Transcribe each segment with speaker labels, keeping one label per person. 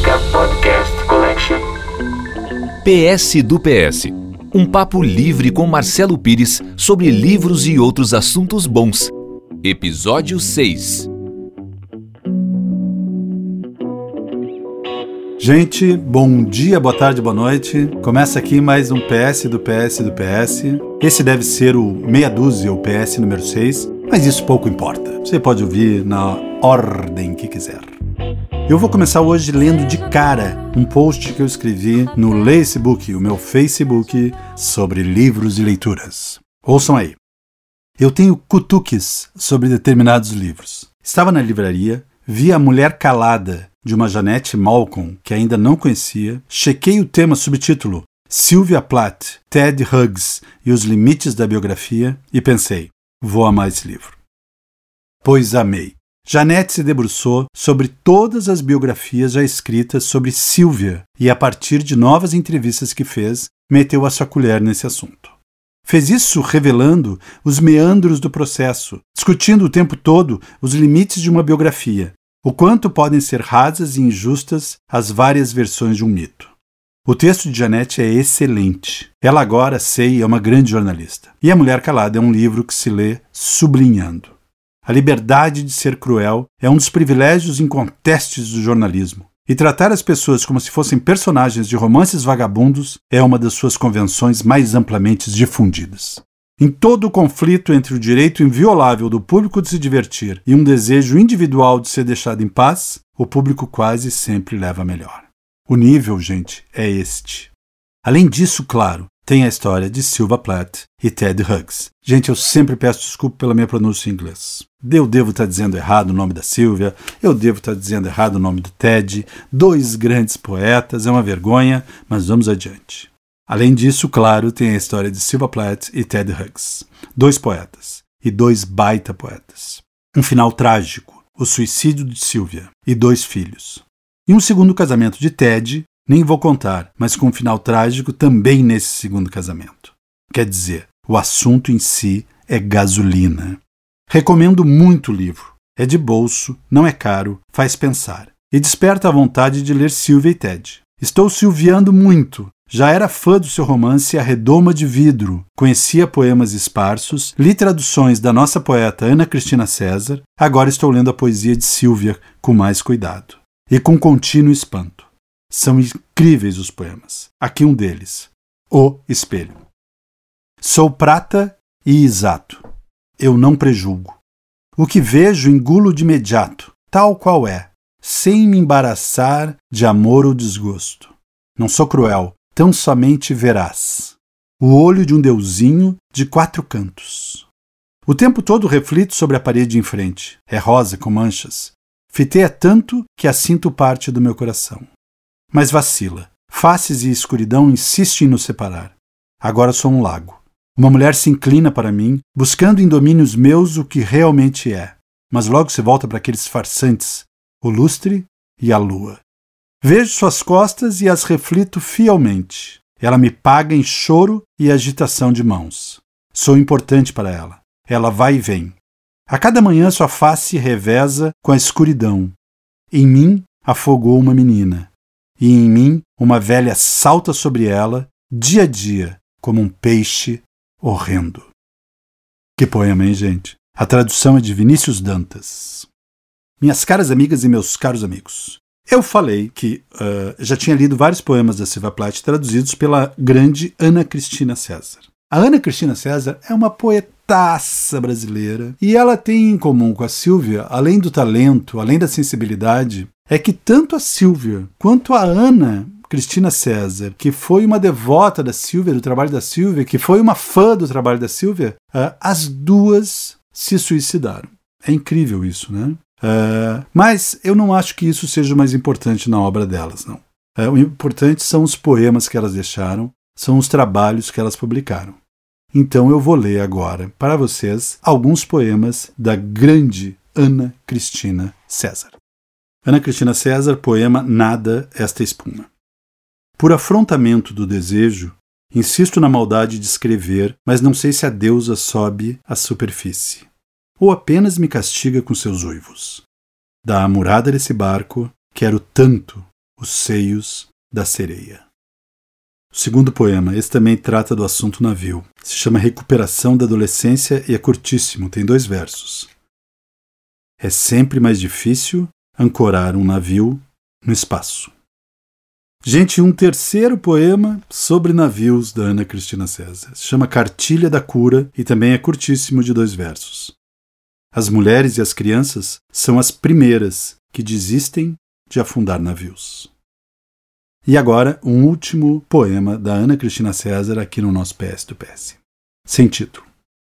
Speaker 1: Música Podcast Collection.
Speaker 2: PS do PS. Um papo livre com Marcelo Pires sobre livros e outros assuntos bons. Episódio 6.
Speaker 3: Gente, bom dia, boa tarde, boa noite. Começa aqui mais um PS do PS do PS. Esse deve ser o meia dúzia, o PS número 6, mas isso pouco importa. Você pode ouvir na ordem que quiser. Eu vou começar hoje lendo de cara um post que eu escrevi no Lacebook, o meu Facebook, sobre livros e leituras. Ouçam aí. Eu tenho cutuques sobre determinados livros. Estava na livraria, vi A Mulher Calada, de uma Jeanette Malcolm, que ainda não conhecia, chequei o tema subtítulo Sylvia Plath, Ted Hughes e os limites da biografia e pensei, vou amar esse livro. Pois amei. Jeanette se debruçou sobre todas as biografias já escritas sobre Sylvia e, a partir de novas entrevistas que fez, meteu a sua colher nesse assunto. Fez isso revelando os meandros do processo, discutindo o tempo todo os limites de uma biografia, o quanto podem ser rasas e injustas as várias versões de um mito. O texto de Jeanette é excelente. Ela agora, sei, é uma grande jornalista. E A Mulher Calada é um livro que se lê sublinhando. A liberdade de ser cruel é um dos privilégios incontestes do jornalismo. E tratar as pessoas como se fossem personagens de romances vagabundos é uma das suas convenções mais amplamente difundidas. Em todo o conflito entre o direito inviolável do público de se divertir e um desejo individual de ser deixado em paz, o público quase sempre leva melhor. O nível, gente, é este. Além disso, claro, tem a história de Sylvia Plath e Ted Hughes. Gente, eu sempre peço desculpa pela minha pronúncia em inglês. Eu devo estar dizendo errado o nome da Sylvia, eu devo estar dizendo errado o nome do Ted, dois grandes poetas, é uma vergonha, mas vamos adiante. Além disso, claro, tem a história de Sylvia Plath e Ted Hughes. Dois poetas, e dois baita poetas. Um final trágico, o suicídio de Sylvia, e dois filhos. E um segundo casamento de Ted, nem vou contar, mas com um final trágico também nesse segundo casamento. Quer dizer, o assunto em si é gasolina. Recomendo muito o livro. É de bolso, não é caro, faz pensar. E desperta a vontade de ler Sylvia e Ted. Estou silviando muito. Já era fã do seu romance A Redoma de Vidro, conhecia poemas esparsos, li traduções da nossa poeta Ana Cristina César, agora estou lendo a poesia de Sylvia com mais cuidado. E com contínuo espanto. São incríveis os poemas. Aqui um deles. O Espelho. Sou prata e exato. Eu não prejulgo. O que vejo engulo de imediato, tal qual é, sem me embaraçar de amor ou desgosto. Não sou cruel, tão somente veraz. O olho de um deusinho de quatro cantos. O tempo todo reflito sobre a parede em frente. É rosa com manchas. Fiteia tanto que a sinto parte do meu coração. Mas vacila. Faces e escuridão insistem em nos separar. Agora sou um lago. Uma mulher se inclina para mim, buscando em domínios meus o que realmente é. Mas logo se volta para aqueles farsantes, o lustre e a lua. Vejo suas costas e as reflito fielmente. Ela me paga em choro e agitação de mãos. Sou importante para ela. Ela vai e vem. A cada manhã sua face reveza com a escuridão. Em mim afogou uma menina. E em mim uma velha salta sobre ela, dia a dia, como um peixe horrendo. Que poema, hein, gente? A tradução é de Vinícius Dantas. Minhas caras amigas e meus caros amigos, eu falei que já tinha lido vários poemas da Sylvia Plath traduzidos pela grande Ana Cristina César. A Ana Cristina César é uma poetaça brasileira e ela tem em comum com a Sylvia, além do talento, além da sensibilidade, é que tanto a Sylvia quanto a Ana Cristina César, que foi uma devota da Sylvia, do trabalho da Sylvia, que foi uma fã do trabalho da Sylvia, as duas se suicidaram. É incrível isso, né? Mas eu não acho que isso seja o mais importante na obra delas, não. O importante são os poemas que elas deixaram, são os trabalhos que elas publicaram. Então eu vou ler agora para vocês alguns poemas da grande Ana Cristina César. Ana Cristina César, poema Nada Esta Espuma. Por afrontamento do desejo, insisto na maldade de escrever, mas não sei se a deusa sobe à superfície, ou apenas me castiga com seus uivos. Da amurada desse barco, quero tanto os seios da sereia. O segundo poema, esse também trata do assunto navio. Se chama Recuperação da Adolescência e é curtíssimo, tem 2 versos. É sempre mais difícil ancorar um navio no espaço. Gente, um terceiro poema sobre navios da Ana Cristina César. Se chama Cartilha da Cura e também é curtíssimo, de 2 versos. As mulheres e as crianças são as primeiras que desistem de afundar navios. E agora, um último poema da Ana Cristina César aqui no nosso PS do PS. Sem título.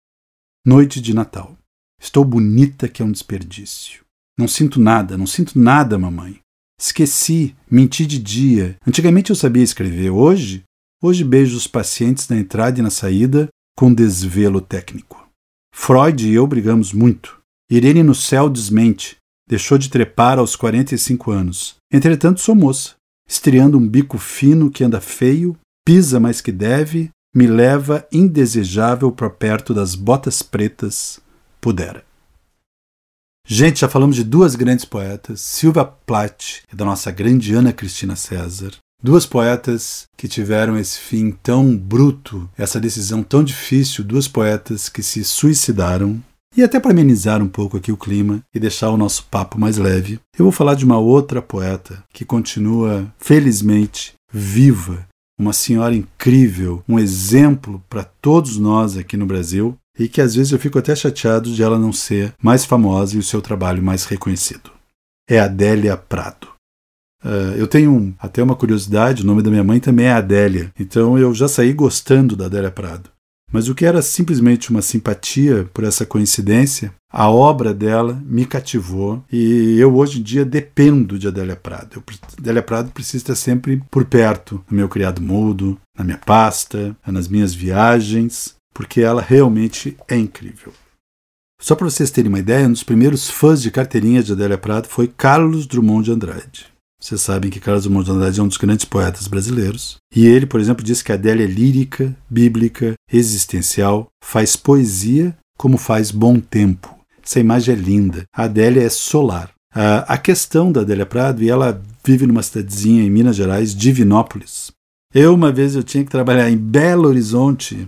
Speaker 3: Noite de Natal. Estou bonita que é um desperdício. Não sinto nada, mamãe. Esqueci, menti de dia. Antigamente eu sabia escrever. Hoje beijo os pacientes na entrada e na saída com desvelo técnico. Freud e eu brigamos muito. Irene no céu desmente. Deixou de trepar aos 45 anos. Entretanto, sou moça. Estreando um bico fino que anda feio, pisa mais que deve, me leva indesejável para perto das botas pretas, pudera. Gente, já falamos de 2 grandes poetas, Silvia Plath e da nossa grande Ana Cristina César. 2 poetas que tiveram esse fim tão bruto, essa decisão tão difícil, 2 poetas que se suicidaram. E até para amenizar um pouco aqui o clima e deixar o nosso papo mais leve, eu vou falar de uma outra poeta que continua, felizmente, viva, uma senhora incrível, um exemplo para todos nós aqui no Brasil, e que às vezes eu fico até chateado de ela não ser mais famosa e o seu trabalho mais reconhecido. É Adélia Prado. Eu tenho até uma curiosidade, o nome da minha mãe também é Adélia, então eu já saí gostando da Adélia Prado. Mas o que era simplesmente uma simpatia por essa coincidência, a obra dela me cativou e eu hoje em dia dependo de Adélia Prado. Adélia Prado precisa estar sempre por perto, no meu criado mudo, na minha pasta, nas minhas viagens, porque ela realmente é incrível. Só para vocês terem uma ideia, um dos primeiros fãs de carteirinha de Adélia Prado foi Carlos Drummond de Andrade. Vocês sabem que Carlos Drummond de Andrade é um dos grandes poetas brasileiros. E ele, por exemplo, disse que a Adélia é lírica, bíblica, existencial, faz poesia como faz bom tempo. Essa imagem é linda. A Adélia é solar. A questão da Adélia Prado, e ela vive numa cidadezinha em Minas Gerais, Divinópolis. Uma vez eu tinha que trabalhar em Belo Horizonte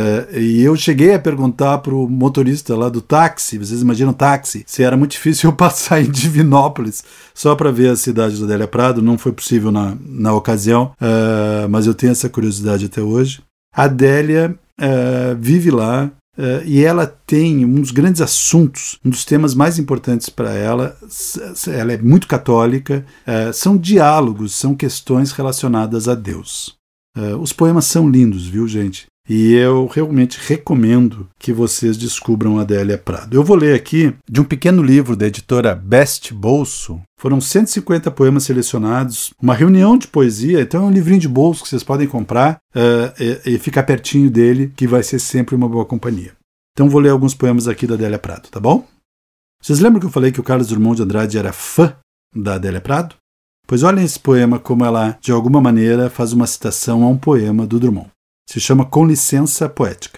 Speaker 3: e eu cheguei a perguntar para o motorista lá do táxi, vocês imaginam táxi, se era muito difícil eu passar em Divinópolis só para ver a cidade da Adélia Prado. Não foi possível na ocasião, mas eu tenho essa curiosidade até hoje. A Adélia vive lá e ela tem um dos grandes assuntos, um dos temas mais importantes para ela. Ela é muito católica, são diálogos, são questões relacionadas a Deus. Os poemas são lindos, viu, gente? E eu realmente recomendo que vocês descubram a Adélia Prado. Eu vou ler aqui de um pequeno livro da editora Best Bolso. Foram 150 poemas selecionados, uma reunião de poesia, então é um livrinho de bolso que vocês podem comprar e ficar pertinho dele, que vai ser sempre uma boa companhia. Então vou ler alguns poemas aqui da Adélia Prado, tá bom? Vocês lembram que eu falei que o Carlos Drummond de Andrade era fã da Adélia Prado? Pois olhem esse poema como ela, de alguma maneira, faz uma citação a um poema do Drummond. Se chama Com Licença Poética.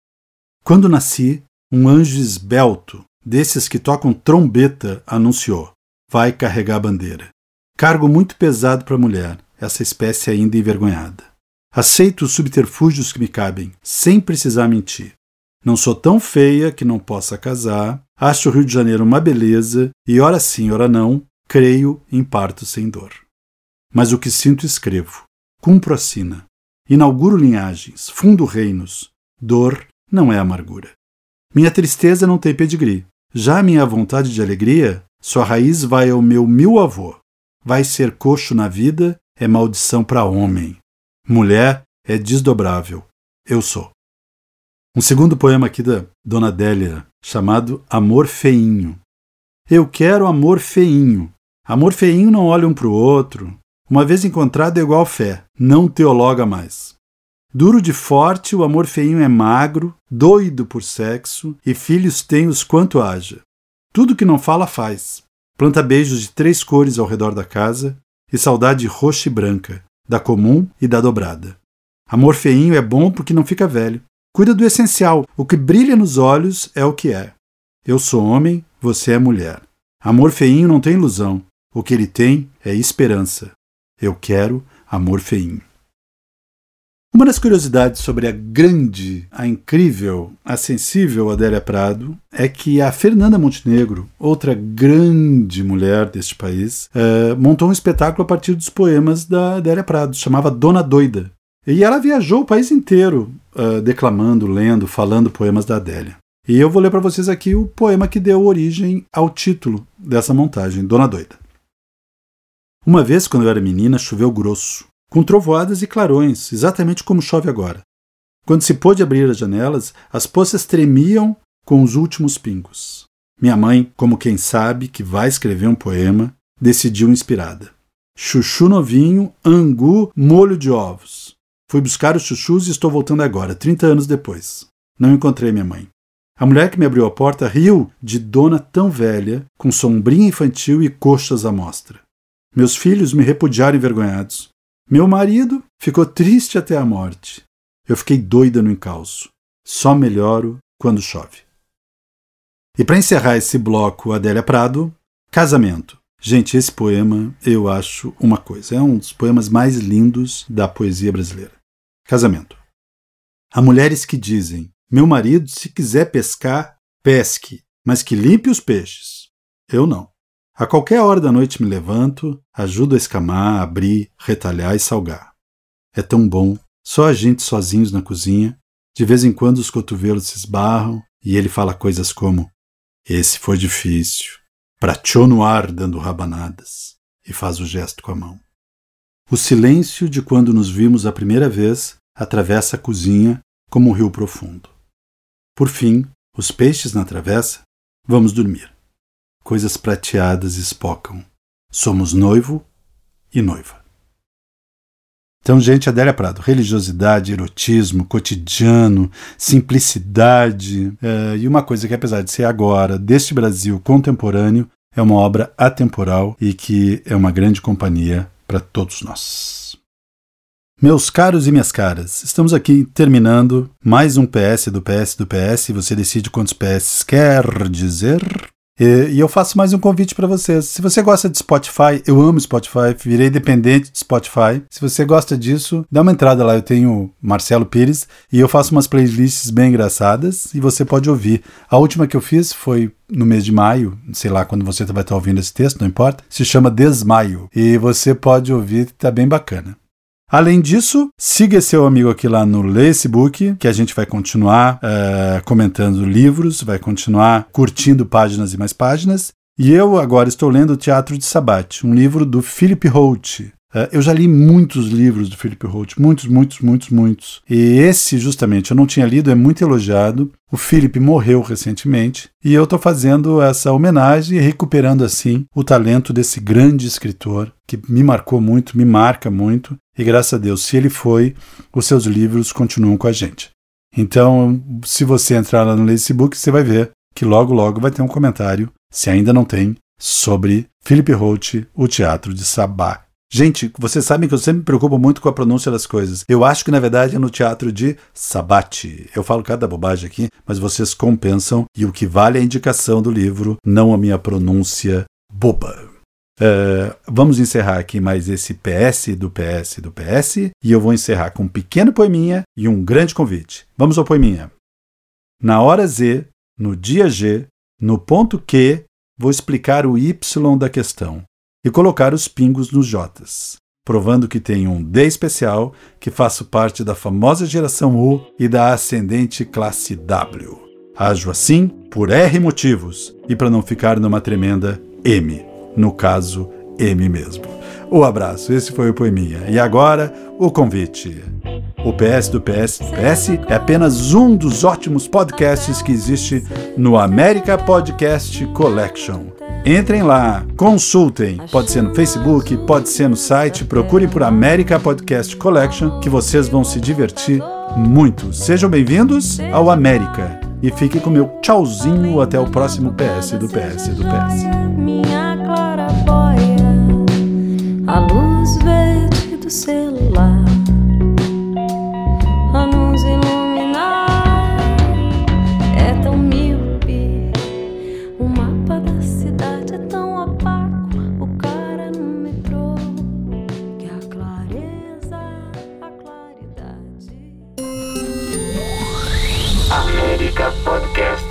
Speaker 3: Quando nasci, um anjo esbelto, desses que tocam trombeta, anunciou: vai carregar a bandeira. Cargo muito pesado para a mulher, essa espécie ainda envergonhada. Aceito os subterfúgios que me cabem, sem precisar mentir. Não sou tão feia que não possa casar, acho o Rio de Janeiro uma beleza, e ora sim, ora não, creio em parto sem dor. Mas o que sinto escrevo, cumpro a sina. Inauguro linhagens, fundo reinos. Dor não é amargura. Minha tristeza não tem pedigree. Já a minha vontade de alegria, sua raiz vai ao meu 1000 avô. Vai ser coxo na vida, é maldição para homem. Mulher é desdobrável. Eu sou. Um segundo poema aqui da Dona Adélia, chamado Amor Feinho. Eu quero amor feinho. Amor feinho não olha um para o outro. Uma vez encontrado é igual fé, não teologa mais. Duro de forte, o amor feinho é magro, doido por sexo, e filhos tem os quanto haja. Tudo que não fala faz. Planta beijos de 3 cores ao redor da casa, e saudade roxa e branca, da comum e da dobrada. Amor feinho é bom porque não fica velho. Cuida do essencial, o que brilha nos olhos é o que é. Eu sou homem, você é mulher. Amor feinho não tem ilusão, o que ele tem é esperança. Eu quero amor feinho. Uma das curiosidades sobre a grande, a incrível, a sensível Adélia Prado é que a Fernanda Montenegro, outra grande mulher deste país, montou um espetáculo a partir dos poemas da Adélia Prado, chamava Dona Doida. E ela viajou o país inteiro declamando, lendo, falando poemas da Adélia. E eu vou ler para vocês aqui o poema que deu origem ao título dessa montagem, Dona Doida. Uma vez, quando eu era menina, choveu grosso, com trovoadas e clarões, exatamente como chove agora. Quando se pôde abrir as janelas, as poças tremiam com os últimos pingos. Minha mãe, como quem sabe que vai escrever um poema, decidiu inspirada. Chuchu novinho, angu, molho de ovos. Fui buscar os chuchus e estou voltando agora, 30 anos depois. Não encontrei minha mãe. A mulher que me abriu a porta riu de dona tão velha, com sombrinha infantil e coxas à mostra. Meus filhos me repudiaram envergonhados. Meu marido ficou triste até a morte. Eu fiquei doida no encalço. Só melhoro quando chove. E para encerrar esse bloco, Adélia Prado, Casamento. Gente, esse poema eu acho uma coisa. É um dos poemas mais lindos da poesia brasileira. Casamento. Há mulheres que dizem: meu marido, se quiser pescar, pesque, mas que limpe os peixes. Eu não. A qualquer hora da noite me levanto, ajudo a escamar, abrir, retalhar e salgar. É tão bom, só a gente sozinhos na cozinha, de vez em quando os cotovelos se esbarram e ele fala coisas como: esse foi difícil, prateou no ar dando rabanadas, e faz o gesto com a mão. O silêncio de quando nos vimos a primeira vez atravessa a cozinha como um rio profundo. Por fim, os peixes na travessa, vamos dormir. Coisas prateadas espocam. Somos noivo e noiva. Então, gente, Adélia Prado, religiosidade, erotismo, cotidiano, simplicidade, e uma coisa que, apesar de ser agora, deste Brasil contemporâneo, é uma obra atemporal e que é uma grande companhia para todos nós. Meus caros e minhas caras, estamos aqui terminando mais um PS do PS do PS, você decide quantos PS quer dizer. E eu faço mais um convite para vocês. Se você gosta de Spotify, eu amo Spotify, virei dependente de Spotify. Se você gosta disso, dá uma entrada lá. Eu tenho Marcelo Pires e eu faço umas playlists bem engraçadas e você pode ouvir. A última que eu fiz foi no mês de maio, sei lá quando você vai estar ouvindo esse texto, não importa. Se chama Desmaio e você pode ouvir, tá bem bacana. Além disso, siga seu amigo aqui lá no Facebook, que a gente vai continuar comentando livros, vai continuar curtindo páginas e mais páginas. E eu agora estou lendo O Teatro de Sabat, um livro do Philip Roth. Eu já li muitos livros do Philip Roth, muitos. E esse, justamente, eu não tinha lido, é muito elogiado. O Philip morreu recentemente e eu estou fazendo essa homenagem e recuperando, assim, o talento desse grande escritor que me marcou muito, me marca muito. E graças a Deus, se ele foi, os seus livros continuam com a gente. Então, se você entrar lá no Facebook, você vai ver que logo vai ter um comentário, se ainda não tem, sobre Philip Roth, O Teatro de Sabat. Gente, vocês sabem que eu sempre me preocupo muito com a pronúncia das coisas. Eu acho que, na verdade, é no Teatro de Sabat. Eu falo cada bobagem aqui, mas vocês compensam e o que vale é a indicação do livro, não a minha pronúncia boba. Vamos encerrar aqui mais esse PS do PS do PS e eu vou encerrar com um pequeno poeminha e um grande convite. Vamos ao poeminha. Na hora Z, no dia G, no ponto Q, vou explicar o Y da questão e colocar os pingos nos J's, provando que tenho um D especial, que faço parte da famosa geração U e da ascendente classe W. Ajo assim por R motivos e para não ficar numa tremenda M, no caso M mesmo. O abraço, esse foi o poeminha. E agora, o convite. O PS do PS do PS é apenas um dos ótimos podcasts que existe no America Podcast Collection. Entrem lá, consultem, pode ser no Facebook, pode ser no site, procurem por America Podcast Collection que vocês vão se divertir muito. Sejam bem-vindos ao América e fiquem com meu tchauzinho até o próximo PS do PS do PS.
Speaker 4: Minha claraboia, a luz verde do celular a nos iluminar. É tão míope, o mapa da cidade é tão opaco. O cara no metrô que
Speaker 1: América Podcast.